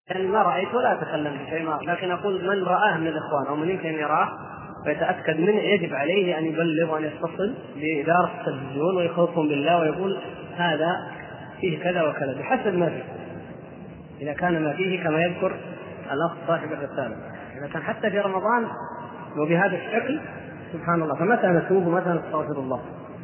يعني ما رأيت ولا أتكلم بشيء، لكن أقول من رآه من الإخوان أو من يمكن يراه ويتأكد منه يجب عليه أن يبلغ وأن يتصل بإدارة التلفزيون ويخوفهم بالله ويقول هذا فيه كذا وكذا بحسب ما فيه. إذا كان ما فيه كما يذكر الأخ صاحب الرسالة، إذا كان حتى في رمضان وبهذا الشكل سبحان الله، فمتى نتوب ومتى نستغفر الله؟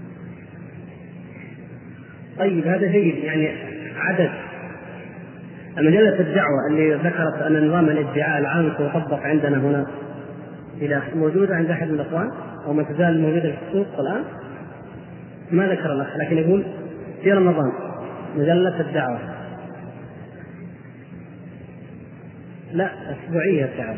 طيب هذا جيد. يعني عدد مجلة الدعوة اللي ذكرت أن نظام الادعاء العام سيطبق عندنا هنا إذا موجودة عند أحد من الأخوان أو ما تزال موجودة في السوق الآن؟ ما ذكر الأخ، لكن يقول في رمضان مجلة الدعوة. لا، أسبوعية الدعوة.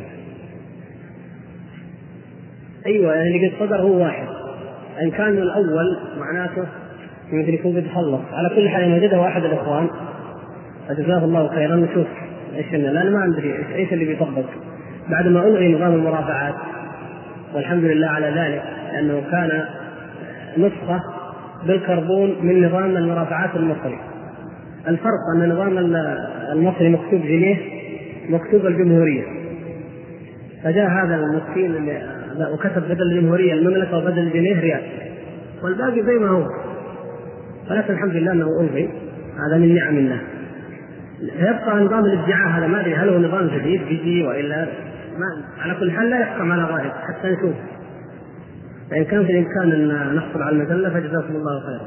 أيوة، يعني قد صدر هو واحد. إن كان الأول معناته يمكن يكون قد خلص. على كل حال إن وجده واحد الإخوان فجزاه الله خيرا. نشوف إيش لأن ما أدري إيش اللي بيطبق بعد ما ألغي نظام المرافعات، والحمد لله على ذلك، لأنه كان نسخة بالكربون من نظام المرافعات المصري. الفرق أن النظام المصري مكتوب جنيه، مكتوب الجمهورية، فجاء هذا المسكين وكتب بدل الجمهورية المملكة وبدل الجنيه ريال، والباقي زي ما هو. ولكن الحمد لله أنه ألغي، هذا من نعم الله. يبقى نظام الادعاء هذا ما أدري هل هو نظام جديد بيجي وإلا ما. على كل حال لا يحكم على غائب حتى نشوف. فإن كان في الإمكان أن نحصل على المجلة فجزاكم الله خيرا.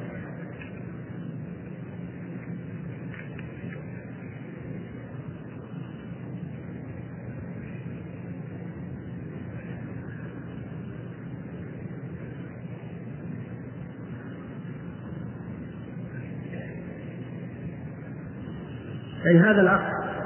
يعني هذا الأخ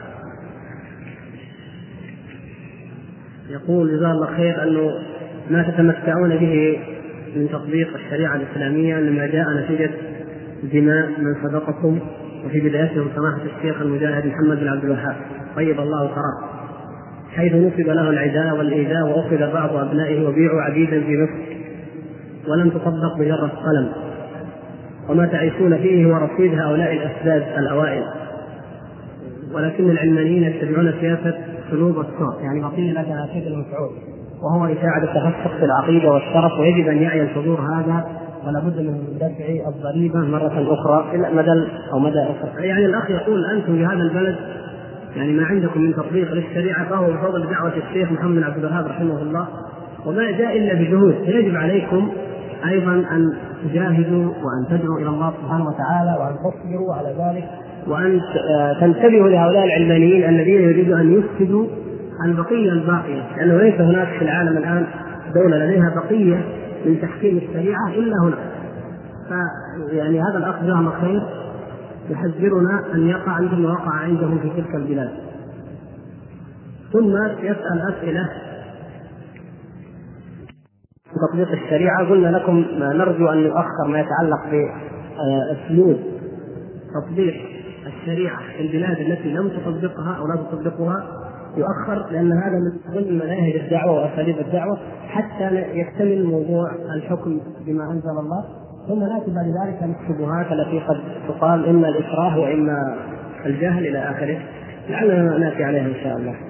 يقول جزاه الله خير أنه ما تتمتعون به من تطبيق الشريعة الإسلامية لما جاء نتيجة دماء من صدقكم، وفي بدايتهم سماحة الشيخ المجاهد محمد بن عبد الوهاب طيب الله ثراه، حيث نصب له العداء والإيذاء وأخذ بعض أبنائه وبيعوا عبيدا في مصر ولم تطبق بجرة قلم، وما تعيشون فيه هو رصيد هؤلاء الأسداد الأوائل. ولكن العلمانيين يتبعون سياسة سلوب الصوت، يعني بطيء لكن أكيد المفعول، وهو يساعد التفسق في العقيدة والشرف، ويجب أن يعي الحضور هذا ولا بد من دفع الضريبة مرة أخرى إلى مدى أو مدى أخرى. يعني الأخ يقول أنتم في هذا البلد يعني ما عندكم من تطبيق للشريعة فهو بفضل دعوة الشيخ محمد بن عبد الوهاب رحمه الله، وما جاء إلا بجهود. فيجب عليكم أيضا أن تجاهدوا وأن تدعوا إلى الله سبحانه وتعالى وأن تصبروا على ذلك، وأن تنتبهوا لهؤلاء العلمانيين الذين يريدوا أن يفسدوا البقية الباقية، لأنه ليس هناك في العالم الآن دولة لديها بقية من تحكيم الشريعة إلا هنا. فيعني هذا الأخ جزاه الله خير يحذرنا أن يقع مثل ما وقع عندهم في تلك البلاد. ثم يسأل أسئلة تطبيق الشريعة. قلنا لكم نرجو أن يؤخر ما يتعلق بأسلوب تطبيق الشريعة في البلاد التي لم تطبقها أو لا تطبقها، يؤخر، لأن هذا من ضمن مناهج الدعوة وأساليب الدعوة حتى يكتمل موضوع الحكم بما أنزل الله. ثم نأتي بعد ذلك للشبهات التي قد تقال إما الإكراه وإما الجهل إلى آخره، لعلنا نأتي عليها إن شاء الله.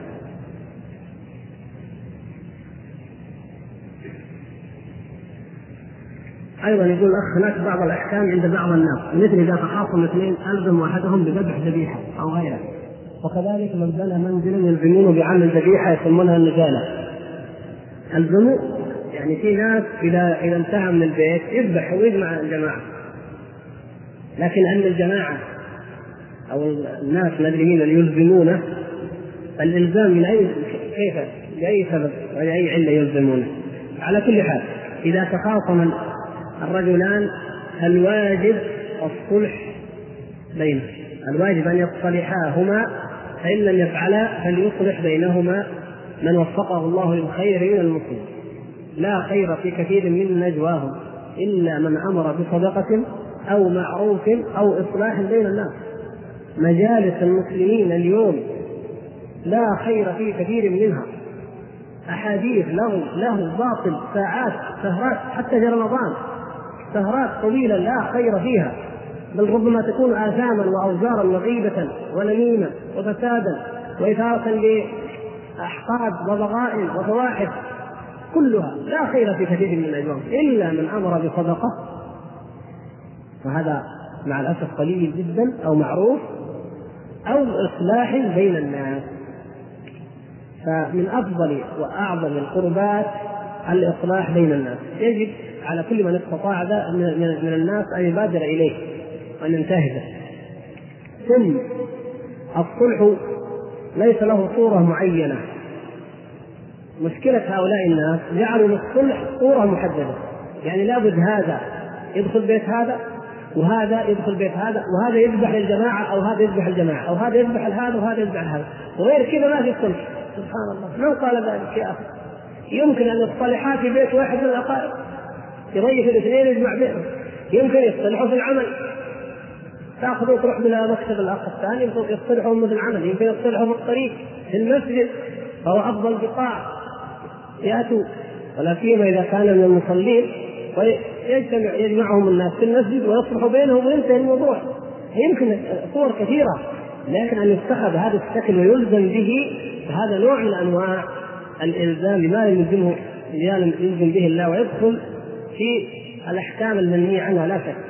أيضا يقول الأخ هناك بعض الأحكام عند بعض الناس، مثل إذا تخاصم اثنين ألزم واحدهم بذبح ذبيحة أو غيره، وكذلك من بنى منزلا يلزمونه بعمل ذبيحة يسمونها النجالة. ألزموا يعني في ناس إذا انتهى من البيت يذبح ويجمع الجماعة، لكن أن الجماعة أو الناس المدرمين اللي يلزمونه الإلزام من أي كيف لأي سبب ولأي علة يلزمونه. على كل حال إذا تخاصم الرجلان الواجب الصلح بينهم، الواجب أن يصطلحا هما، فإن لم يفعلا فليصلح بينهما من وفقه الله للخير من المسلمين. لا خير في كثير من نجواهم إلا من أمر بصدقة أو معروف أو إصلاح بين الناس. مجالس المسلمين اليوم لا خير في كثير منها، أحاديث له باطل، ساعات سهرات حتى في رمضان سهرات طويلة لا خير فيها، بل ربما تكون آثاما وأوزارا وغيبة ونميمة وفسادا وإثارة لأحقاد وضغائن وفواحش، كلها لا خير في كثير من الأجوام إلا من أمر بصدقة، وهذا مع الأسف قليل جدا، أو معروف، أو إصلاح بين الناس. فمن أفضل وأعظم القربات الإصلاح بين الناس، يجب على كل من استطاع من الناس أن يبادر إليه وأن ينتهزه. ثم الصلح ليس له صورة معينة. مشكلة هؤلاء الناس جعلوا للصلح صورة محددة، يعني لابد هذا يدخل بيت هذا، وهذا يدخل بيت هذا، وهذا يذبح للجماعة، أو هذا يذبح الجماعة، أو هذا يذبح هذا وهذا يذبح هذا، وغير كذا ما في صلح. سبحان الله، من قال ذلك يا أخي؟ يمكن أن يصطلحا في بيت واحد من الأقارب، يضيف الاثنين يجمع بينهم، يمكن يصطلحوا في العمل، تأخذوا تروح إلى مكتب الأخ الثاني يصطلحوا مثل العمل، يمكن يصطلحوا في الطريق، في المسجد، فهو أفضل بقاع يأتوا، ولا سيما إذا كان من المصلين، يجمعهم الناس في المسجد ويصلحوا بينهم وينتهي الموضوع. يمكن صور كثيرة، لكن أن يتخذ هذا الشكل ويلزم به، هذا نوع من أنواع الإلزام بما يلزم به الله، ويدخل في الأحكام المنهية عنها لا شك.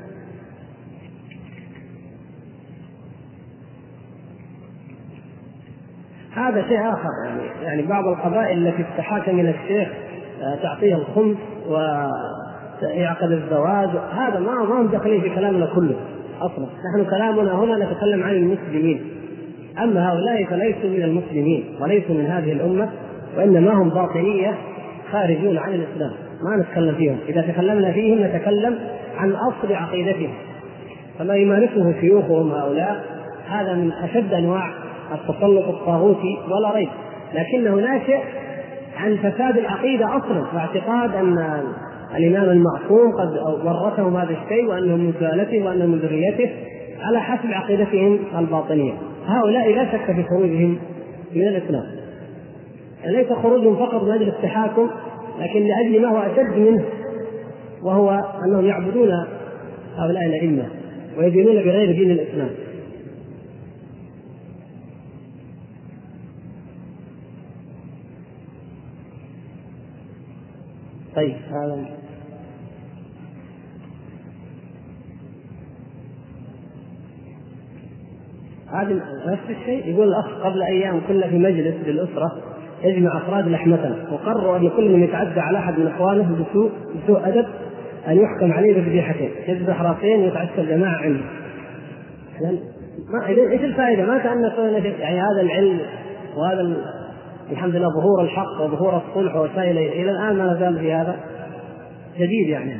هذا شيء آخر. يعني بعض القبائل التي تتحاكم إلى الشيخ تعطيه الخمس ويعقد الزواج، هذا ما هم داخلين في كلامنا كله أصلا. نحن كلامنا هنا نتكلم عن المسلمين، أما هؤلاء فليسوا من المسلمين وليسوا من هذه الأمة، وإنما هم باطنية خارجون عن الإسلام، ما نتكلم فيهم. إذا تكلمنا فيهم نتكلم عن أصل عقيدتهم، فما يمارسه شيوخهم هؤلاء هذا من أشد أنواع التسلط الطاغوتي ولا ريب، لكنه ناشئ عن فساد العقيدة أصلا، واعتقاد أن الإمام المعصوم قد ورثهم هذا الشيء، وأنهم من سلالته وأنهم من ذريته، على حسب عقيدتهم الباطنية. هؤلاء لا شك في خروجهم من الإسلام، ليس خروجهم فقط من أجل التحاكم، لكن لأجل ما هو أشد منه، وهو أنهم يعبدون هؤلاء الأئمة ويدينون بغير دين الإسلام. طيب، هذا نفس الشيء. يقول الأخ قبل أيام كنا في مجلس للأسرة يجمع أفراد لحمة، وقرروا أن كل من يتعدى على أحد من إخوانه بسوء أدب أن يحكم عليه بذبيحتين، يذبح راسين ويتعشى الجماعة عنه. إيش الفائدة؟ ما كأن يعني هذا العلم وهذا الحمد لله ظهور الحق وظهور الصلح وسائل إلى الآن ما نزال في هذا جديد. يعني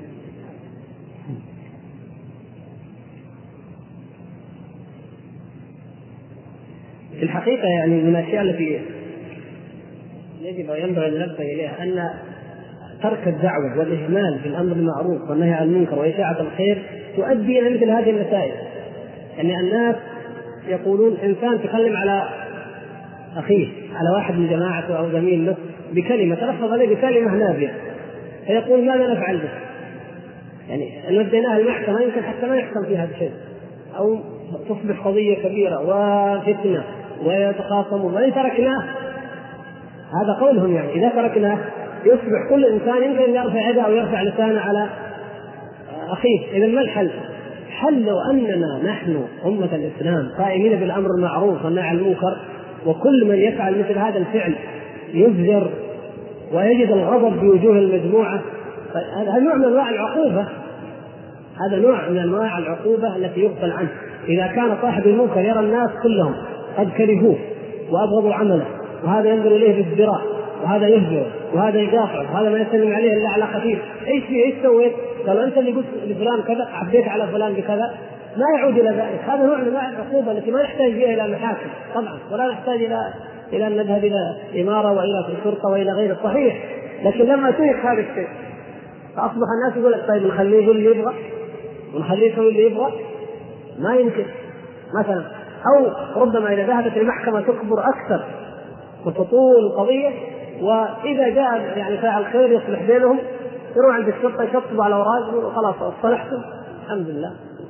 في الحقيقة يعني من الأشياء التي يجب وينبغي أن ننبه إليها أن ترك الدعوة والإهمال في الأمر بالمعروف والنهي عن المنكر وإشاعة الخير تؤدي إلى مثل هذه المسائل. يعني الناس يقولون إنسان تكلم على أخيه، على واحد من جماعته أو زميل له بكلمة، تلفظ عليه بكلمة نابية، فيقول ماذا نفعل به؟ يعني نوديناه المحكمة يمكن حتى ما يحكم فيها بشيء، أو تصبح قضية كبيرة وفتنة ويتخاصمون، وإن تركناه، هذا قولهم، يعني إذا تركناه يصبح كل إنسان يمكن يرفع يده أو يرفع لسانه على أخيه. إذا ما الحل؟ حل لو أننا نحن أمة الإسلام قائمين بالأمر المعروف والنهي عن المنكر، وكل من يفعل مثل هذا الفعل يزجر ويجد الغضب في وجوه المجموعة، هذا نوع من أنواع العقوبة، هذا نوع من أنواع العقوبة التي يغفل عنه. إذا كان صاحب المنكر يرى الناس كلهم قد كرهوه وأبغضوا عمله، وهذا ينظر إليه بالذراع، وهذا يهجر، وهذا يدافع، وهذا ما يسلم عليه إلا على خفيف، إيش سويت؟ قال أنت اللي قلت لفلان كذا، عبيت على فلان بكذا، ما يعود إلى ذلك. هذا نوع من أنواع العقوبة التي ما يحتاج فيها إلى محاكم طبعا، ولا نحتاج إلى أن نذهب إلى إمارة وإلى الشرطة وإلى غير صحيح. لكن لما ترك هذا الشيء فأصبح الناس يقول لك طيب نخليه يقول اللي يبغى ونخليه يسوي اللي يبغى، ما يمكن مثلا. أو ربما إذا ذهبت المحكمة تكبر أكثر وتطول القضية، وإذا جاء يعني فاعل خير يصلح بينهم، يروح عند الشرطة يكتبوا على أوراق خلاص اصطلحتم الحمد لله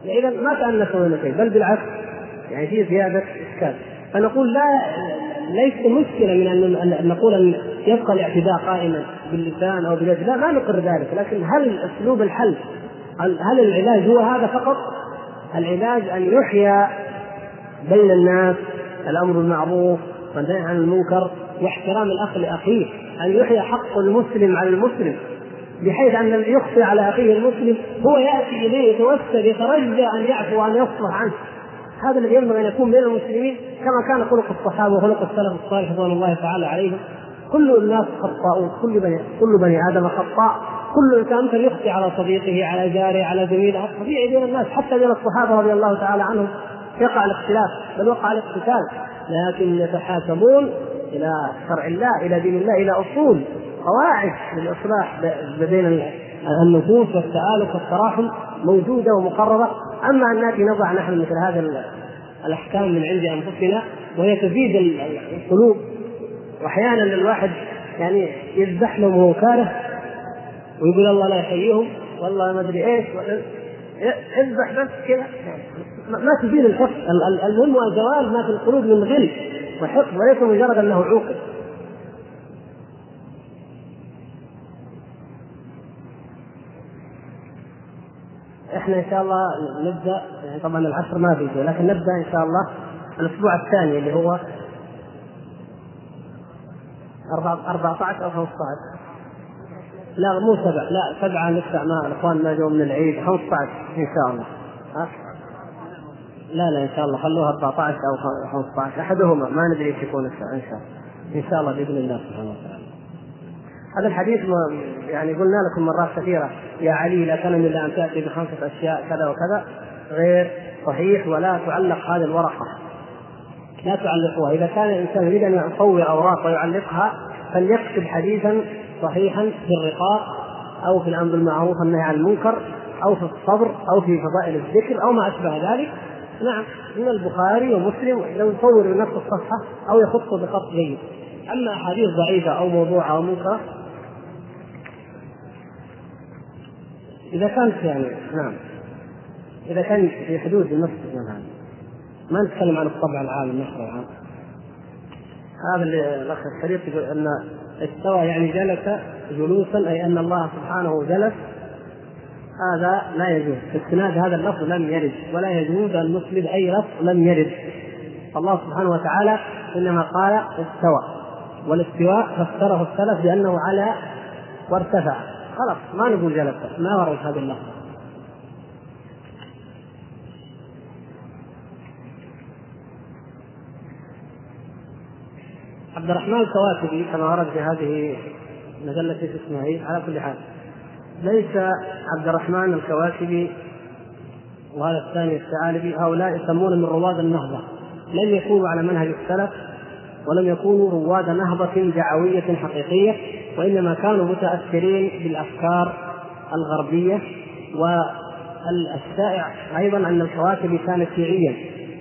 إذا ما كأن سوينا شيء، بل بالعكس يعني في زيادة إشكال. فنقول لا، ليس مشكلة من أن نقول أن يبقى الاعتداء قائما باللسان أو باليد، لا ما نقر ذلك، لكن هل أسلوب الحل، هل العلاج هو هذا فقط؟ العلاج أن يحيى بين الناس الأمر بالمعروف والنهي عن المنكر واحترام الأخ لأخيه، أن يحيى حق المسلم على المسلم، بحيث أن الذي يخفي على أخيه المسلم هو يأتي إليه يتوسل يترجى أن يعفو وأن يصلح عنه. هذا الذي ينبغي أن يكون بين المسلمين، كما كان خلق الصحابة وخلق السلف الصالح رضوان الله تعالى عليهم. كل الناس خطاؤون، كل بني آدم خطاء، كل إنسان ممكن يخطئ على صديقه، على جاره، على زميله، طبيعي بين الناس، حتى بين الصحابة رضي الله تعالى عنهم يقع الاختلاف، بل وقع الاقتتال، لكن يتحاكمون إلى شرع الله، إلى دين الله، إلى أصول قواعد للإصلاح بين النفوس والتآلف والتراحم موجودة ومقررة. أما أن نأتي نضع نحن مثل هذا الأحكام من عند أنفسنا وهي تزيد القلوب، وأحيانا الواحد يعني يذبح لهم وهو كاره ويقول الله لا يحييهم والله ما أدري إيش، اذبح بس كذا، ما تزيد الحقد. المهم زوال ما في القلوب من غل وحقد، وليس مجرد أنه عوقب. احنا ان شاء الله نبدا، يعني طبعا العشر ما بيجوا، لكن نبدا ان شاء الله الاسبوع الثاني اللي هو 14 او 15، لا مو 7، لا 7 لسه ما الاخوان ما جو من العيد، 15 ان شاء الله. لا ان شاء الله خلوها 14 او 15 احدهما، ما ندري ايش يكون ان شاء الله باذن الله سبحانه وتعالى. هذا الحديث يعني قلنا لكم مرات كثيرة، يا علي لا تنم إلا أن تأتي ب5 أشياء كذا وكذا، غير صحيح، ولا تعلق هذه الورقة، لا تعلقوها. إذا كان الإنسان يريد أن يصور أوراق ويعلقها فليكتب حديثا صحيحا في الرقاق أو في الأمر بالمعروف والنهي عن المنكر أو في الصبر أو في فضائل الذكر أو ما أشبه ذلك، نعم، من البخاري ومسلم، لو يصور بنفس الصفحة أو يخط بخط جيد. أما أحاديث ضعيفة أو موضوعة أو منكر إذا كانت يعني نعم، إذا كان في حدود النص هذا، ما نتكلم عن الطبع العام، النشر العام. هذا اللي الأخ الشريف يقول أن استوى يعني جلس جلوسا، أي أن الله سبحانه جلس، هذا لا يجوز. استناد هذا اللفظ لم يرد، ولا يجوز أن نسند أي لفظ لم يرد. الله سبحانه وتعالى إنما قال استوى، والاستواء فسره السلف بأنه على وارتفع، خلاص ما نقول جلس، ما ورد هذا اللفظ. عبد الرحمن الكواتبي كما ورد في هذه مجلة اسمها، على كل حال ليس عبد الرحمن الكواتبي وهذا الثاني الثعالبي هؤلاء يسمون من رواد النهضة، لم يكونوا على منهج السلف ولم يكونوا رواد نهضة دعوية حقيقية، وإنما كانوا متأثرين بالأفكار الغربية. والشائع أيضا أن الكواتبي كان شيعيا،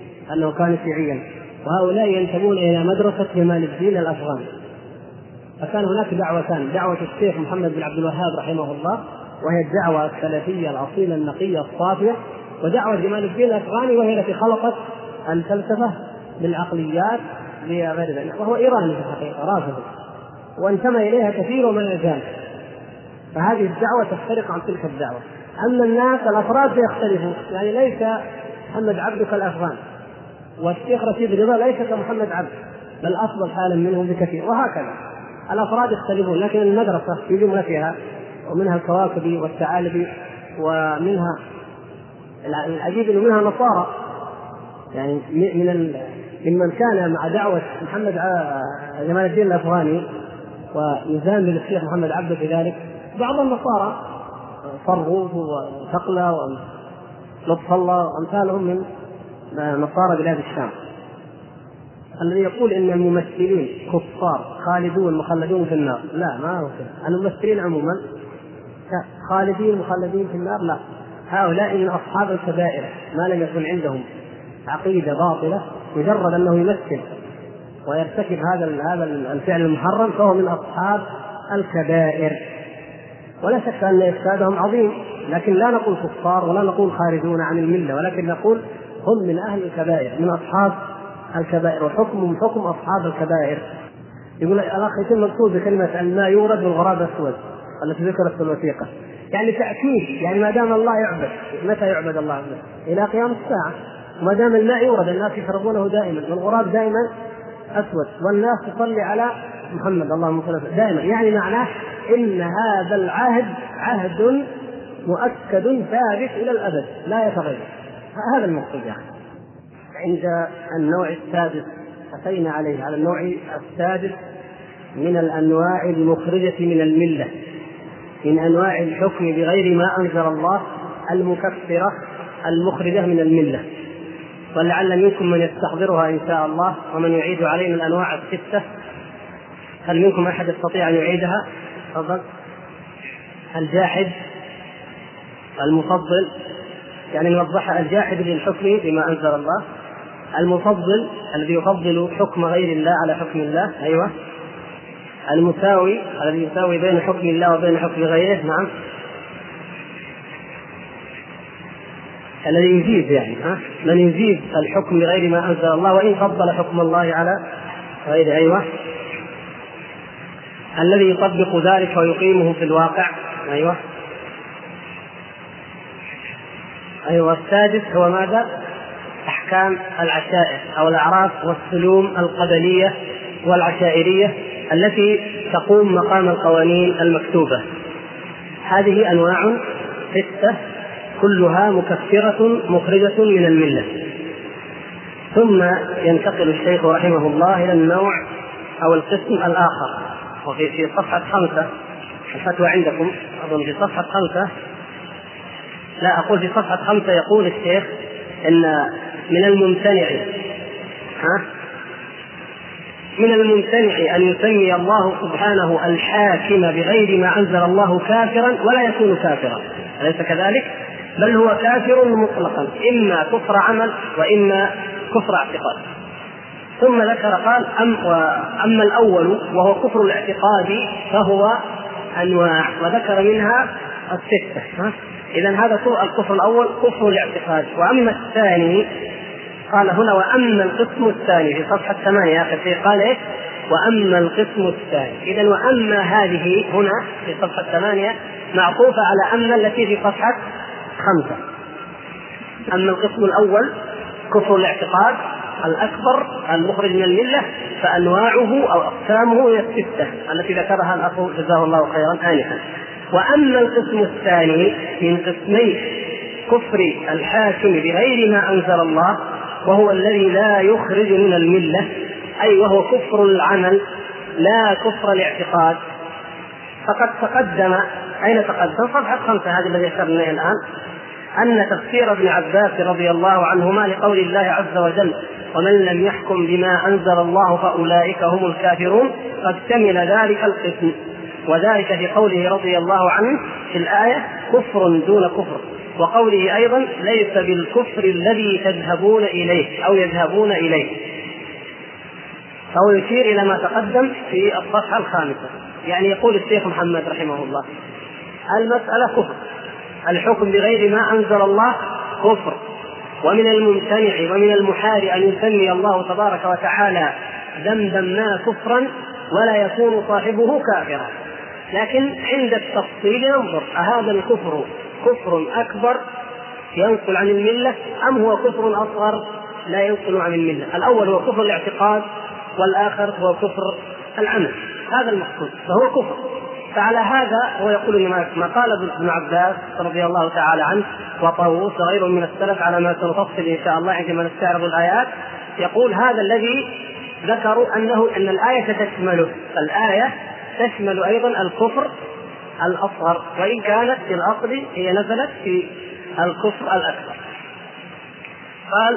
وهؤلاء ينتمون إلى مدرسة جمال الدين الأفغاني. فكان هناك دعوتان، دعوة الشيخ محمد بن عبد الوهاب رحمه الله وهي الدعوة السلفية الأصيلة النقية الصافية، ودعوة جمال الدين الأفغاني وهي التي خلقت الفلسفة بالعقليات لغير ذلك، وهو إيراني في الحقيقة رافضي، وانتمى إليها كثير من الرجال. فهذه الدعوة تختلف عن تلك الدعوة. أما الناس الأفراد يختلفون، يعني ليس محمد عبد كالأفغان، والشيخ رشيد رضا ليس كمحمد عبد، بل أفضل حالا منهم بكثير، وهكذا الأفراد يختلفون، لكن المدرسة في جملتها، ومنها الكواكبي والثعالبي، ومنها العجيب أنه منها نصارى، يعني ممن كان مع دعوة محمد جمال الدين الأفغاني ويزامل للشيخ محمد عبد في ذلك بعض النصارى، فرغوث وثقلة ولطف الله وأمثالهم من نصارى بلاد الشام، الذي يقول إن الممثلين كفار خالدون مخلدون في النار. لا، ما هو كذا. الممثلين عموما خالدين مخلدين في النار، لا، هؤلاء من أصحاب الكبائر، ما لم يكن عندهم عقيدة باطلة، مجرد أنه يمثل ويرتكب هذا الفعل المحرم فهو من أصحاب الكبائر. ولا شك أن إفسادهم عظيم، لكن لا نقول كفار ولا نقول خارجون عن الملة، ولكن نقول هم من أهل الكبائر، من أصحاب الكبائر، وحكمهم حكم أصحاب الكبائر. يقول الأخ يتم المقصود بكلمة الماء يورد والغراب أسود التي ذكرت في الوثيقة، يعني تأكيد، يعني ما دام الله يعبد، متى يعبد الله عز وجل؟ إلى قيام الساعة. وما دام الماء يورد الناس يشربونه دائما، والغراب دائما أسود، والناس تصلي على محمد اللهم صل وسلم دائما، يعني معناه إن هذا العهد عهد مؤكد ثابت إلى الأبد لا يتغير. هذا المقصود. يعني عند النوع السادس أتينا عليه، على النوع السادس من الأنواع المخرجة من الملة، من أنواع الحكم بغير ما أنزل الله المكفرة المخرجة من الملة، ولعل منكم من يستحضرها إن شاء الله ومن يعيد علينا الأنواع الستة. هل منكم أحد يستطيع أن يعيدها؟ تفضل. الجاحد، المفضل، يعني نوضحها، الجاحد للحكم بما أنزل الله، المفضل الذي يفضل حكم غير الله على حكم الله، أيوة، المساوي الذي يساوي بين حكم الله وبين حكم غيره، نعم، الذي يجيز، يعني من يجيز الحكم بغير ما أنزل الله وإن فضل حكم الله على غيره، أيوة، الذي يطبق ذلك ويقيمه في الواقع، أيوة، أيوة. السادس هو ماذا؟ أحكام العشائر أو الأعراف والسلوم القبلية والعشائرية التي تقوم مقام القوانين المكتوبة. هذه أنواع ستة كلها مكفرة مخرجة من الملة. ثم ينتقل الشيخ رحمه الله إلى النوع أو القسم الآخر، وفي صفحة 5 الفتوى عندكم، أظن في صفحة 5، لا أقول في صفحة 5، يقول الشيخ إن من الممتنع أن يسمي الله سبحانه الحاكم بغير ما أنزل الله كافرا ولا يكون كافرا، أليس كذلك؟ بل هو كافر مطلقا، إما كفر عمل وإما كفر اعتقاد. ثم ذكر قال أما الأول وهو كفر الاعتقاد فهو أنواع، وذكر منها الستة. إذن هذا الكفر الأول كفر الاعتقاد. وأما الثاني قال هنا وأما القسم الثاني في صفحة 8 آخر شيء قال إيه؟ وأما القسم الثاني. إذن وأما هذه هنا في صفحة 8 معطوفة على أما التي في صفحة 5. أما القسم الأول كفر الاعتقاد الأكبر المخرج من الملة فأنواعه أو أقسامه هي الستة التي ذكرها الأخ جزاه الله خيرا آنفا. وأما القسم الثاني من قسمي كفر الحاكم بغير ما أنزل الله وهو الذي لا يخرج من الملة، أي وهو كفر العمل لا كفر الاعتقاد، فقد تقدم، أين تقدم؟ صفحة 5 هذه الذي ذكرنا إليه الآن، أن تفسير ابن عباس رضي الله عنهما لقول الله عز وجل ومن لم يحكم بما أنزل الله فأولئك هم الكافرون قد شمل ذلك القسم، وذلك في قوله رضي الله عنه في الآية كفر دون كفر، وقوله أيضا ليس بالكفر الذي تذهبون إليه أو يذهبون إليه، فهو يشير إلى ما تقدم في الصفحة 5. يعني يقول الشيخ محمد رحمه الله المسألة كفر، الحكم بغير ما أنزل الله كفر، ومن الممتنع ومن المحال أن يسمي الله تبارك وتعالى ذنبا ما كفرا ولا يكون صاحبه كافرا. لكن عند التفصيل ننظر أهذا الكفر كفر أكبر ينقل عن الملة أم هو كفر أصغر لا ينقل عن الملة. الأول هو كفر الاعتقاد والآخر هو كفر العمل، هذا المقصود، فهو كفر. فعلى هذا هو يقول ما قال ابن عباس رضي الله تعالى عنه وطاووس وغيره من السلف على ما سنفصل إن شاء الله عندما نستعرض الآيات، يقول هذا الذي ذكروا أن الآية تشمله، الآية تشمل أيضا الكفر الأصغر وإن كانت في الأصل هي نزلت في الكفر الأكبر. قال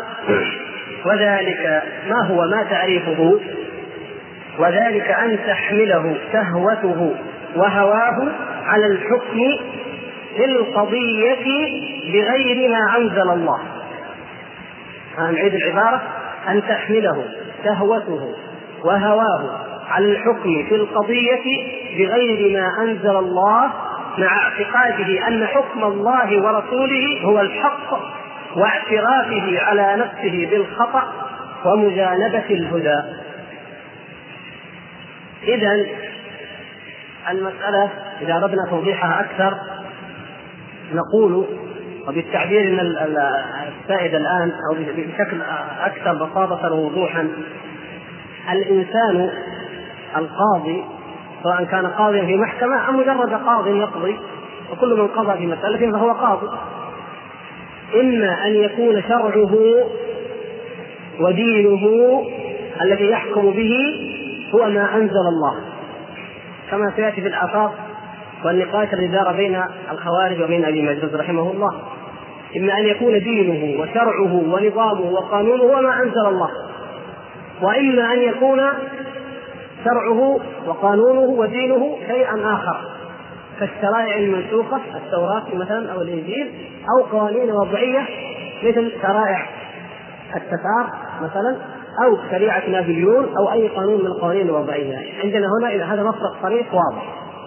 وذلك ما هو ما تعريفه؟ وذلك أن تحمله شهوته وهواه على الحكم في القضية بغير ما أنزل الله. نعيد العبارة، أن تحمله شهوته وهواه على الحكم في القضية بغير ما أنزل الله مع اعتقاده أن حكم الله ورسوله هو الحق واعترافه على نفسه بالخطأ ومجانبة الهدى. إذن المسألة إذا أردنا توضيحها أكثر نقول، وبالتعبير من السائد الآن أو بشكل أكثر بساطة ووضوحا، الإنسان القاضي سواء كان قاضيا في محكمة أو مجرد قاض يقضي، وكل من قضى في مسألة فهو قاضي، إما أن يكون شرعه ودينه الذي يحكم به هو ما أنزل الله، كما سيأتي في الآفاق والنقاش الذي دار بين الخوارج وبين أبي مجلس رحمه الله. إما أن يكون دينه وشرعه ونظامه وقانونه هو ما أنزل الله، وإما أن يكون شرعه وقانونه ودينه شيئا آخر كالشرائع المنسوخة، التوراة مثلا أو الإنجيل، أو قوانين وضعية مثل شرائع التتار مثلا، أو شريعة نابليون، أو أي قانون من القوانين الوضعية. عندنا هنا إذا هذا مفرق صريح واضح.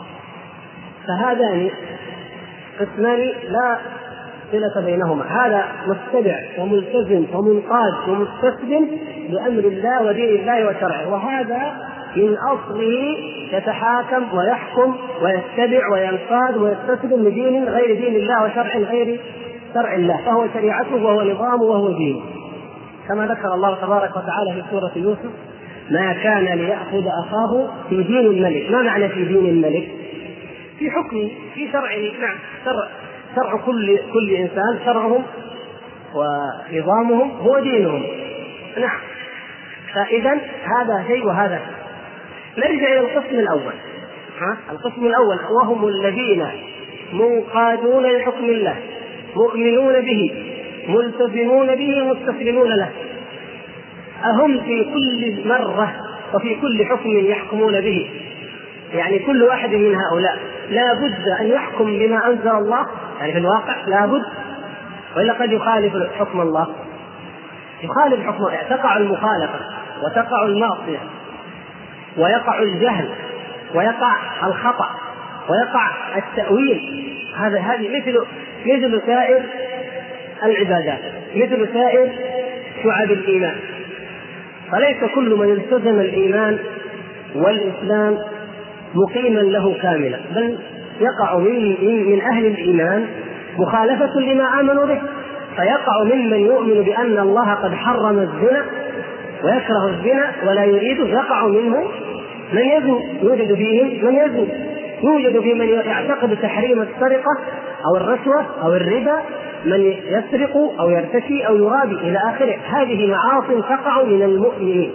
فهذان قسمان لا صلة بينهما، هذا متبع وملتزم ومنقاد ومستسلم لأمر الله ودين الله وشرعه، وهذا من أصله يتحاكم ويحكم ويتبع وينقاد ويستسلم لدين غير دين الله وشرع غير شرع الله، فهو شريعته وهو نظامه وهو دينه، كما ذكر الله تبارك وتعالى في سورة يوسف: ما كان ليأخذ أخاه في دين الملك. ما معنى في دين الملك؟ في حكمه، في شرعه. نعم، شرع كل إنسان، شرعهم ونظامهم هو دينهم. نعم، فإذا هذا شيء وهذا شيء. نرجع إلى القسم الأول. القسم الأول وهم الذين منقادون لحكم الله، مؤمنون به، ملتزمون به، مستسلمون له. أهم في كل مرة وفي كل حكم يحكمون به، يعني كل واحد من هؤلاء لا بد أن يحكم بما أنزل الله، يعني في الواقع لا بد، وإلا قد يخالف حكم الله، يخالف حكم الله، تقع المخالفة وتقع المعصية ويقع الجهل ويقع الخطأ ويقع التأويل. هذه مثل سائر العبادات، مثل سائر شعب الإيمان. فليس كل من التزم الإيمان والإسلام مقيما له كاملا، بل يقع من أهل الإيمان مخالفة لما آمنوا به، فيقع ممن يؤمن بأن الله قد حرم الزنا ويكره الزنا ولا يريده، يقع منه من يزني، يوجد فيهم من يزني، يوجد في من يعتقد تحريم السرقة أو الرشوة أو الربا، من يسرق أو يرتشي أو يرابي إلى آخره. هذه معاصي تقع من المؤمنين.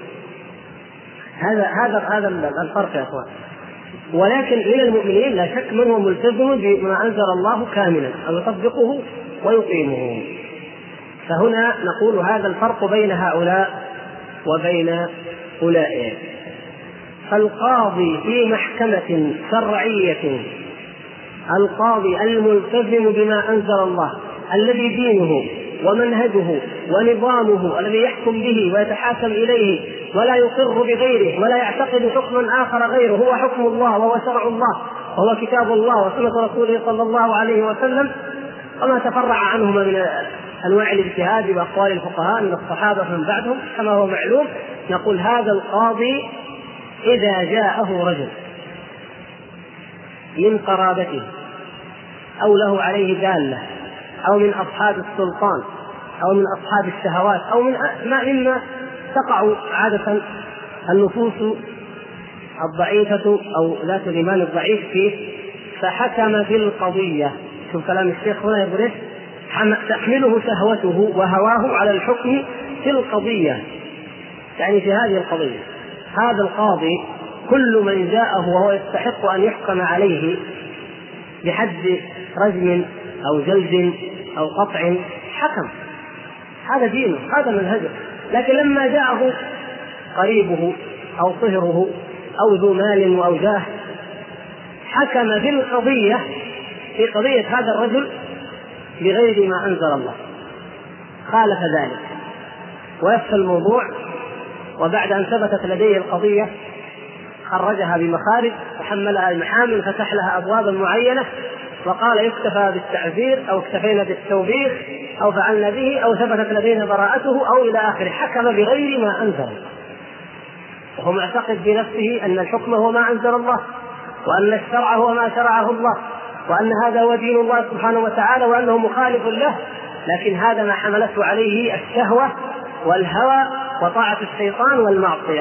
هذا الفرق يا أخوان. ولكن من المؤمنين لا شك من هو ملتزم بما أنزل الله كاملا أو يطبقه ويقيمه. فهنا نقول هذا الفرق بين هؤلاء وبين أولئك. فالقاضي في محكمة شرعية، القاضي الملتزم بما أنزل الله الذي دينه ومنهجه ونظامه الذي يحكم به ويتحاكم إليه ولا يقر بغيره ولا يعتقد حكما آخر غيره، هو حكم الله وهو شرع الله وهو كتاب الله وسنة رسوله صلى الله عليه وسلم، وما تفرع عنهما من أنواع الاجتهاد وأقوال الفقهاء من الصحابة من بعدهم كما هو معلوم. نقول هذا القاضي إذا جاءه رجل من قرابته أو له عليه دالة أو من أصحاب السلطان أو من أصحاب الشهوات أو مما تقع عادة النفوس الضعيفة أو ذات الإيمان الضعيف فيه، فحكم في القضية. شوف كلام الشيخ هنا يقول إيش؟ تحمله شهوته وهواه على الحكم في القضية، يعني في هذه القضية. هذا القاضي كل من جاءه وهو يستحق أن يحكم عليه بحد رجم أو جلد أو قطع حكم، هذا دينه، هذا منهجه. لكن لما جاءه قريبه أو صهره أو ذو مال أو جاه حكم في القضية، في قضية هذا الرجل بغير ما أنزل الله، خالف ذلك ويفشى الموضوع. وبعد أن ثبتت لديه القضية خرجها بمخارج وحملها المحامل فتح لها أبوابا معينة وقال يكتفى بالتعذير أو اكتفينا بالتوبيخ أو فعلنا به أو ثبتت لدينا براءته أو إلى آخره، حكم بغير ما أنزل، وهو معتقد بنفسه أن الحكم هو ما أنزل الله، وأن الشرع هو ما شرعه الله، وأن هذا هو دين الله سبحانه وتعالى، وأنه مخالف له، لكن هذا ما حملته عليه الشهوة والهوى وطاعة الشيطان والمعصية.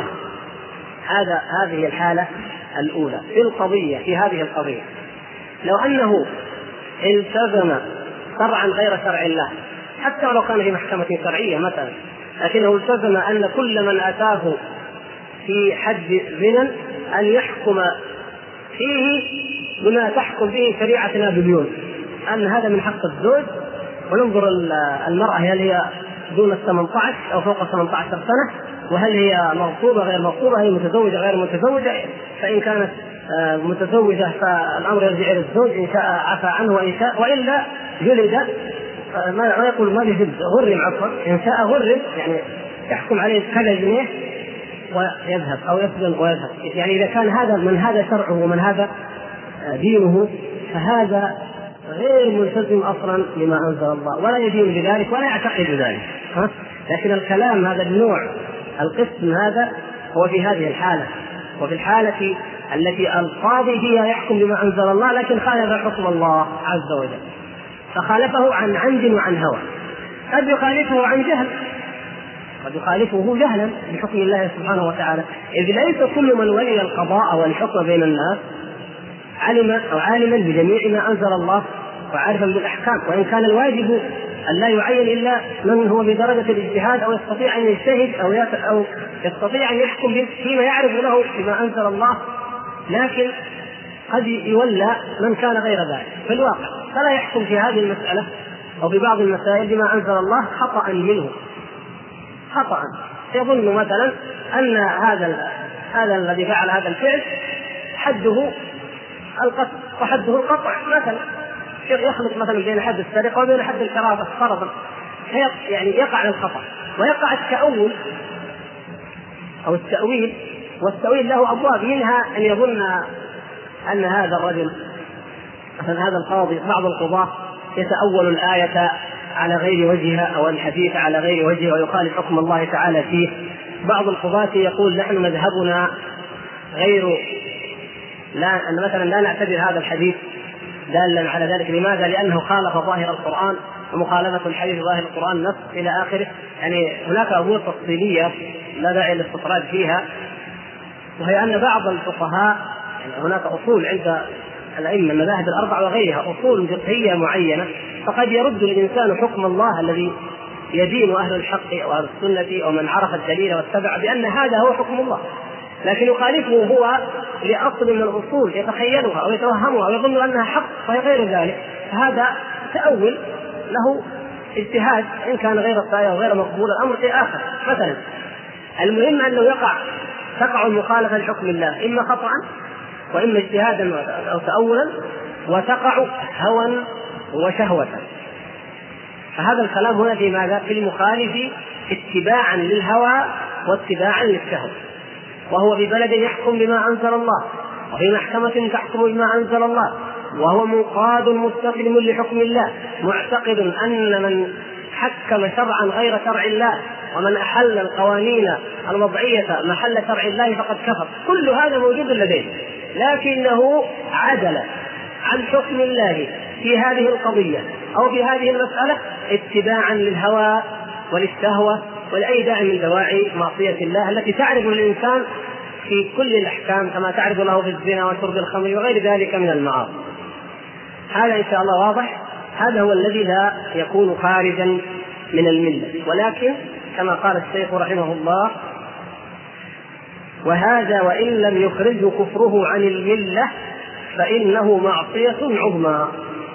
هذه الحالة الأولى في القضية. في هذه القضية لو أنه التزم شرعا غير شرع الله، حتى ولو كان في محكمة شرعية مثلا، لكنه التزم أن كل من أتاه في حد زنا أن يحكم فيه بما تحكم به شريعتنا باليوم، أن هذا من حق الزوج، وننظر المرأة هل هي دون 18 أو فوق 18 سنة، وهل هي مغصوبة غير مغصوبة، هي متزوجة غير متزوجة، فإن كانت متزوجة فالأمر يرجع إلى الزوج إن شاء عفى عنه وإن شاء، وإلا جلد، ما يقول ما يجلد، غرم عفوا، إن شاء غرم، يعني يحكم عليه كذا جنيه ويذهب أو يسجن ويذهب. يعني إذا كان هذا من هذا شرعه ومن هذا دينه فهذا غير ملتزم أصلا بما أنزل الله، ولا يدين بذلك ولا يعتقد ذلك. لكن الكلام هذا النوع القسم هذا هو في هذه الحالة، وفي الحالة التي القاضي فيها يحكم بما أنزل الله لكن خالف حكم الله عز وجل، فخالفه عن عمد وعن هوى. قد يخالفه عن جهل، قد يخالفه جهلا بحكم الله سبحانه وتعالى، إذ ليس كل من ولي القضاء والحكم بين الناس علم أو عالما بجميع ما أنزل الله وعارفا بالأحكام، وإن كان الواجب أن لا يعين إلا من هو بدرجة الاجتهاد أو يستطيع أن يجتهد أو يستطيع أن يحكم فيما يعرف له بما أنزل الله، لكن قد يولى من كان غير ذلك في الواقع، فلا يحكم في هذه المسألة أو في بعض المسائل بما أنزل الله خطأ منه، خطأ يظن مثلا أن هذا الذي فعل هذا الفعل حده القتل وحده القطع مثلا، يخلط مثلا بين حد السرقة وبين حد الحرابة فرضا، يعني يقع الخطأ ويقع التأول أو التأويل، والتأويل له أبواب، منها أن يظن أن هذا الرجل مثلا هذا القاضي، بعض القضاة يتأول الآية على غير وجهها أو الحديث على غير وجهه ويخالف حكم الله تعالى فيه. بعض القضاة يقول نحن مذهبنا غير مثلا لا نعتبر هذا الحديث دالا على ذلك. لماذا؟ لأنه خالف ظاهر القرآن، ومخالفة الحديث ظاهر القرآن نص إلى آخره. يعني هناك أمور تفصيلية لا داعي للاستطراد فيها، وهي أن بعض الفقهاء يعني هناك أصول عند الأئمة المذاهب الأربعة وغيرها أصول فقهية معينة، فقد يرد الإنسان حكم الله الذي يدين أهل الحق أو أهل السنة أو من عرف الدليل واتبع بأن هذا هو حكم الله، لكن يخالفه هو لأصل من الأصول يتخيلها أو يتوهمها ويظن أنها حق وهي غير ذلك، فهذا تأول له اجتهاد إن كان غير صحيح وغير مقبول، الأمر شيء آخر. مثلا المهم أنه تقع المخالفة لحكم الله إما خطأ وإما اجتهادا أو تأولا، وتقع هوى وشهوة. فهذا الكلام هنا في ماذا؟ في المخالف اتباعا للهوى واتباعا للشهوة، وهو ببلد يحكم بما أنزل الله وفي محكمة تحكم بما أنزل الله، وهو منقاد مستسلم لحكم الله، معتقد أن من حكم شرعا غير شرع الله ومن أحل القوانين الوضعية محل شرع الله فقد كفر. كل هذا موجود لديه، لكنه عدل عن حكم الله في هذه القضية أو في هذه المسألة اتباعا للهوى وللشهوة ولأي داعي من دواعي معصية الله التي تعرض للإنسان في كل الأحكام كما تعرض له في الزنا وشرب الخمر وغير ذلك من المعاصي. هذا إن شاء الله واضح. هذا هو الذي لا يكون خارجا من الملة، ولكن كما قال الشيخ رحمه الله: وهذا وإن لم يخرجه كفره عن الملة فإنه معصية عظمى.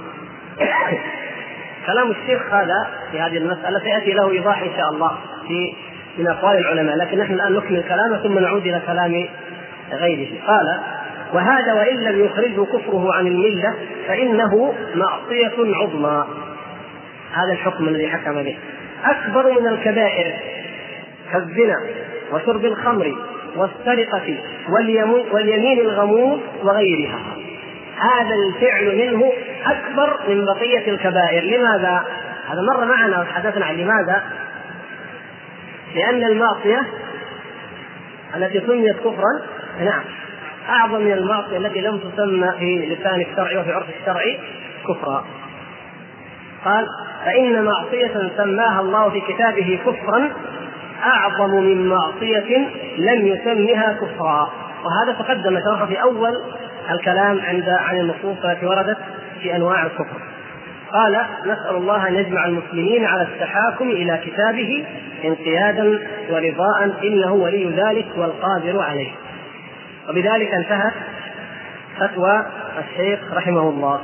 كلام الشيخ هذا في هذه المسألة سيأتي له إيضاح إن شاء الله من أقوال العلماء، لكن نحن الآن نكمل كلامه ثم نعود إلى كلام غيره. قال: وهذا وإن لم يخرجه كفره عن الملة فإنه معصية عظمى. هذا الحكم الذي حكم به أكبر من الكبائر كالزنا وشرب الخمر والسرقة واليمين الغموض وغيرها. هذا الفعل منه أكبر من بقية الكبائر. لماذا؟ هذا مر معنا وحدثنا عن لماذا. لأن المعصية التي سميت كفرا نعم أعظم من المعصية التي لم تسمى في لسان الشرع وفي عرف الشرع كفرا. قال فإن معصية سماها الله في كتابه كفرا أعظم من معصية لم يسمها كفرا. وهذا تقدم شرحه في أول الكلام عن النصوص التي وردت في أنواع الكفر. قال نسأل الله أن يجمع المسلمين على التحاكم إلى كتابه انقيادا ورضاء إنه ولي ذلك والقادر عليه. وبذلك انتهت فتوى الشيخ رحمه الله.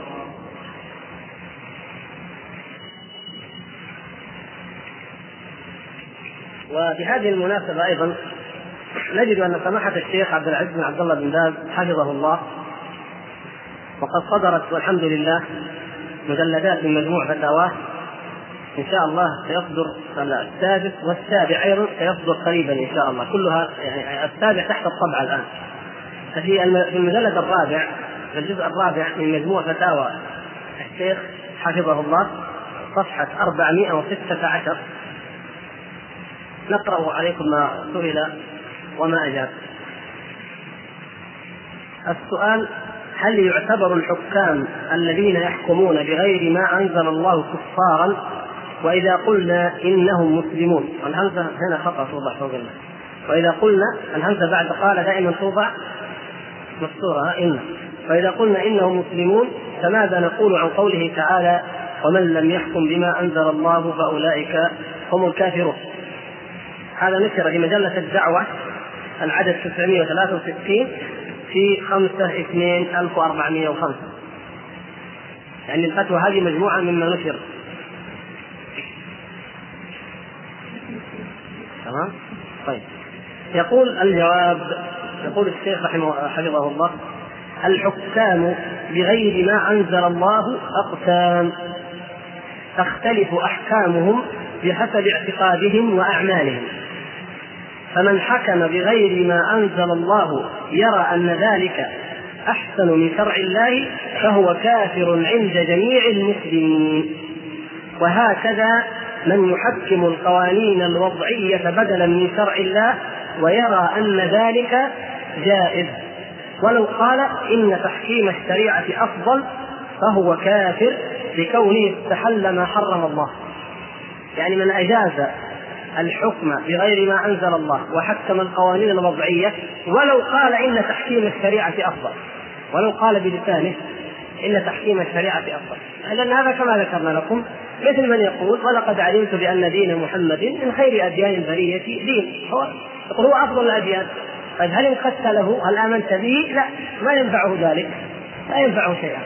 وبهذه المناسبة أيضا نجد أن سماحة الشيخ عبد العزيز بن عبد الله بن باز حفظه الله وقد صدرت والحمد لله مجلدات من مجموع فتاواه، إن شاء الله سيصدر السادس والسابع أيضا سيصدر قريبا إن شاء الله، كلها يعني السابع تحت الطبع الآن. ففي المجلد الرابع في الجزء الرابع من مجموع فتاوى الشيخ حفظه الله صفحة 416 نقرأ عليكم ما سئل وما أجاب. السؤال: هل يعتبر الحكام الذين يحكمون بغير ما أنزل الله كفارا؟ وإذا قلنا إنهم مسلمون، الهمزة هنا خطأ توضع فوق الله، وإذا قلنا الهمزة بعد قال دائما توضع مكسورة إن، وإذا قلنا إنهم مسلمون فماذا نقول عن قوله تعالى ومن لم يحكم بما أنزل الله فأولئك هم الكافرون؟ هذا نشر في مجلة الدعوة العدد 963 في 5/2/1405. يعني الفتوى هذه مجموعة مما نشر. تمام؟ طيب. يقول الجواب، يقول الشيخ حفظه الله: الحكام بغير ما أنزل الله أقسام تختلف أحكامهم بحسب اعتقادهم وأعمالهم، فمن حكم بغير ما أنزل الله يرى أن ذلك أحسن من شرع الله فهو كافر عند جميع المسلمين، وهكذا من يحكم القوانين الوضعية بدلا من شرع الله ويرى أن ذلك جائز، ولو قال إن تحكيم الشريعة أفضل فهو كافر لكونه استحل ما حرم الله. يعني من أجاز الحكم بغير ما أنزل الله وحكم القوانين الوضعية ولو قال إن تحكيم الشريعة أفضل، ولو قال بلسانه إن تحكيم الشريعة أفضل، لأن هذا كما ذكرنا لكم مثل من يقول ولقد علمت بأن دين محمد من خير أديان البرية دين، هو يقول هو أفضل الأديان. طيب هل انقدت له؟ هل آمنت به؟ لا، ما ينفعه ذلك، لا ينفعه شيئا.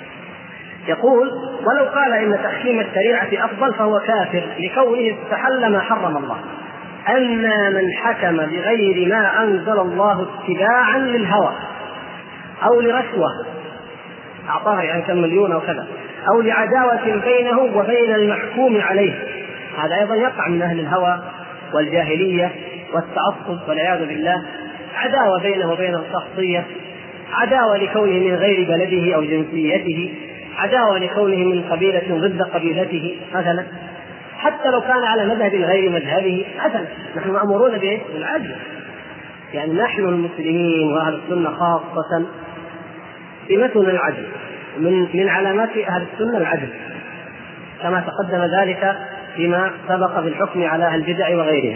يقول ولو قال إن تحكيم الشريعة أفضل فهو كافر لكونه استحل ما حرم الله. أما من حكم بغير ما أنزل الله اتباعا للهوى أو لرشوة أعطاها يعني كم مليون أو كذا، أو لعداوة بينه وبين المحكوم عليه، هذا أيضا يقع من أهل الهوى والجاهلية والتعصب والعياذ بالله، عداوة بينه وبين الشخصية، عداوة لكونه من غير بلده أو جنسيته، عداوة لكونه من قبيلة ضد قبيلته مثلا، حتى لو كان على مذهب غير مذهبه مثلا. نحن مأمورون بالعدل، يعني نحن المسلمين وأهل السنة خاصة سمتنا العدل، من علامات أهل السنة العدل، كما تقدم ذلك فيما سبق بالحكم على أهل البدع وغيرهم.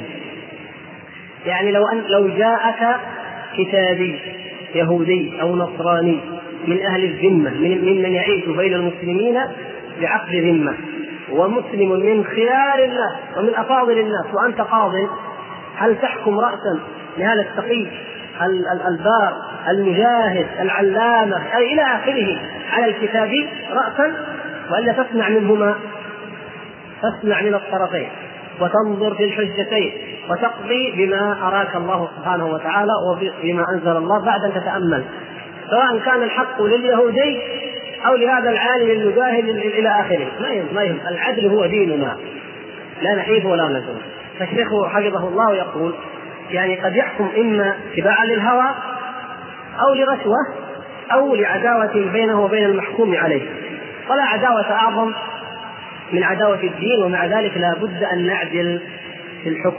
يعني لو جاءك كتابي يهودي أو نصراني من أهل الذمة ممن يعيش بين المسلمين بعقد ذمة، ومسلم من خيار الناس ومن أفاضل الناس وأنت قاض، هل تحكم رأسا لهذا التقي البار المجاهد العلامة أي إلى آخره على الكتاب رأسا، وإلا تصنع منهما، تصنع من الطرفين وتنظر في الحجتين وتقضي بما أراك الله سبحانه وتعالى وبما أنزل الله بعد أن تتأمل، سواء كان الحق لليهودي أو لهذا العالم المجاهد إلى آخره، ما يهم. العدل هو ديننا لا نحيف ولا نزل. فالشيخ حفظه الله يقول يعني قد يحكم إما اتباعا للهوى أو لرشوة أو لعداوة بينه وبين المحكوم عليه، فلا عداوة أعظم من عداوة الدين، ومع ذلك لا بد أن نعدل في الحكم.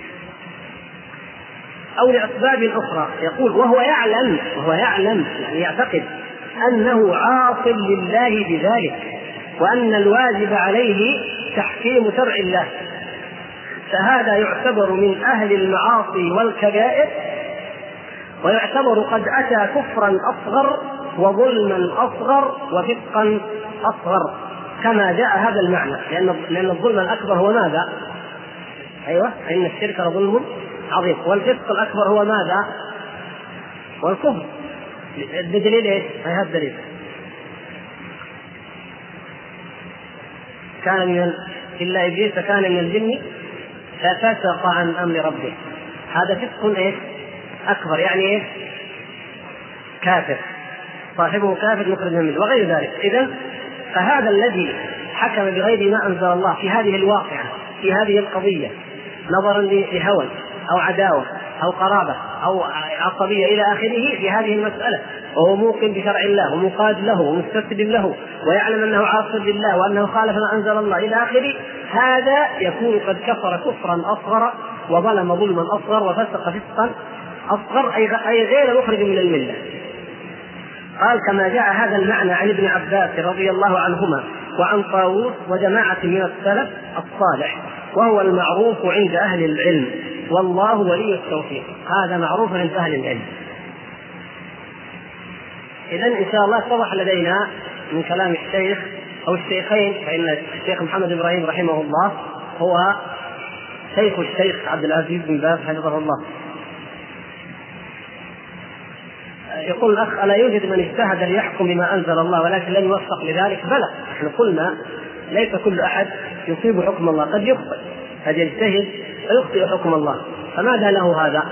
أو لأسباب أخرى، يقول وهو يعلم يعني يعتقد أنه عاص لله بذلك، وأن الواجب عليه تحكيم شرع الله، فهذا يعتبر من أهل المعاصي والكبائر، ويعتبر قد أتى كفرا أصغر وظلما أصغر وفسقا أصغر، كما جاء هذا المعنى، لأن الظلم الأكبر هو ماذا؟ أيوة، إن الشرك لظلم عظيم، والفسق الأكبر هو ماذا؟ والكفر. الدليل إيش؟ هذا الدليل، إلا إبليس كان من الجن ففسق عن أمر ربه، هذا فسق إيش؟ أكبر، يعني إيه؟ كافر، صاحبه كافر مخرج من الملة وغير ذلك. إذن فهذا الذي حكم بغير ما أنزل الله في هذه الواقعة، في هذه القضية، نظرا لهوى أو عداوة أو قرابة أو عصبية إلى آخره في هذه المسألة، وهو موقن بشرع الله ومقاد له ومستسلم له ويعلم أنه عاصي بالله وأنه خالف ما أنزل الله إلى آخره، هذا يكون قد كفر كفرا أصغر وظلم ظلما أصغر وفسق فسقا أصغر، أي غير مخرج من الملة. قال كما جاء هذا المعنى عن ابن عباس رضي الله عنهما وعن طاووس وجماعة من السلف الصالح، وهو المعروف عند أهل العلم، والله ولي التوفيق. هذا معروف عند أهل العلم. إذن إن شاء الله اتضح لدينا من كلام الشيخ أو الشيخين، فإن الشيخ محمد إبراهيم رحمه الله هو شيخ الشيخ عبد العزيز بن باز حفظه الله. يقول الأخ ألا يوجد من اجتهد ليحكم بما أنزل الله ولكن لم يوفق لذلك؟ بلى، نحن قلنا ليس كل أحد يصيب حكم الله، قد يخطئ، قد يجتهد فيخطئ حكم الله، فماذا له هذا؟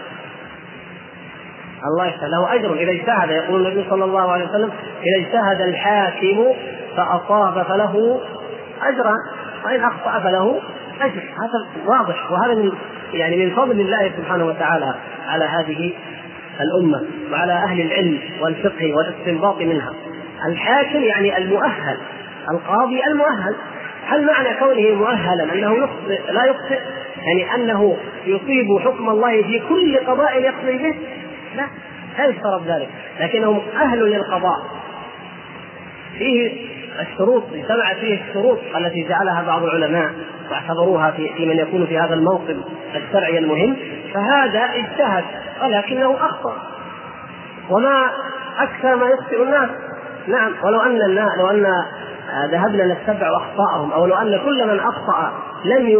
الله يجتهد له أجر إذا اجتهد. يقول النبي صلى الله عليه وسلم إذا اجتهد الحاكم فأصاب فله أجرا وإن أخطأ فله أجر. هذا واضح، وهذا من فضل الله سبحانه وتعالى على هذه الأمة وعلى أهل العلم والفقه والاستنباط منها. الحاكم يعني المؤهل، القاضي المؤهل. هل معنى كونه مؤهلا أنه يخطئ لا يخطئ؟ يعني أنه يصيب حكم الله في كل قضاء يقضي به؟ لا يشترط ذلك، لكنه أهل للقضاء. فيه الشروط، اجتمعت فيه الشروط التي جعلها بعض العلماء واعتبروها في من يكون في هذا الموقف الشرعي المهم، فهذا اجتهد ولكنه أخطأ، وما أكثر ما يخطئ الناس. نعم، ولو أن ذهبنا نتبع أخطاءهم، أو لو أن كل من أخطأ لم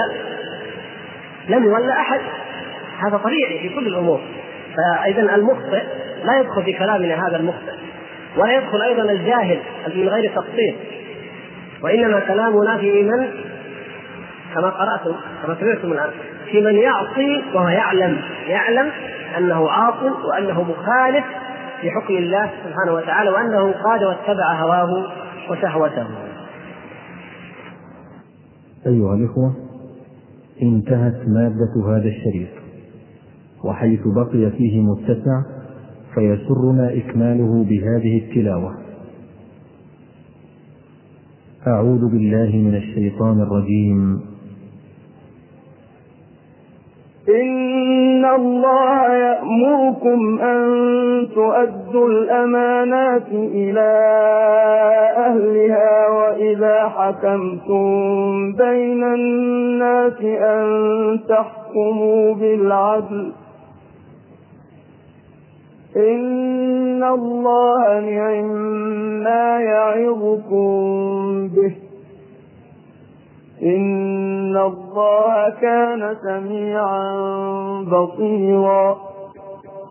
يولى أحد، هذا طبيعي في كل الأمور. فإذن المخطئ لا يدخل في كلامنا هذا المخطئ، ولا يدخل أيضا الجاهل من غير تقصير، وإنما كلامنا في من كما سمعتم الآن في من يعصي وهو يعلم أنه عاص وأنه مخالف لحكم الله سبحانه وتعالى، وأنه قاد واتبع هواه وشهوته. أيها الإخوة، انتهت مادة هذا الشريط، وحيث بقي فيه متسع فيسرنا إكماله بهذه التلاوة. أعوذ بالله من الشيطان الرجيم. إن الله يأمركم أن تؤدوا الأمانات إلى أهلها وإذا حكمتم بين الناس أن تحكموا بالعدل إن الله نعما يعظكم به إن الله كان سميعا بصيرا.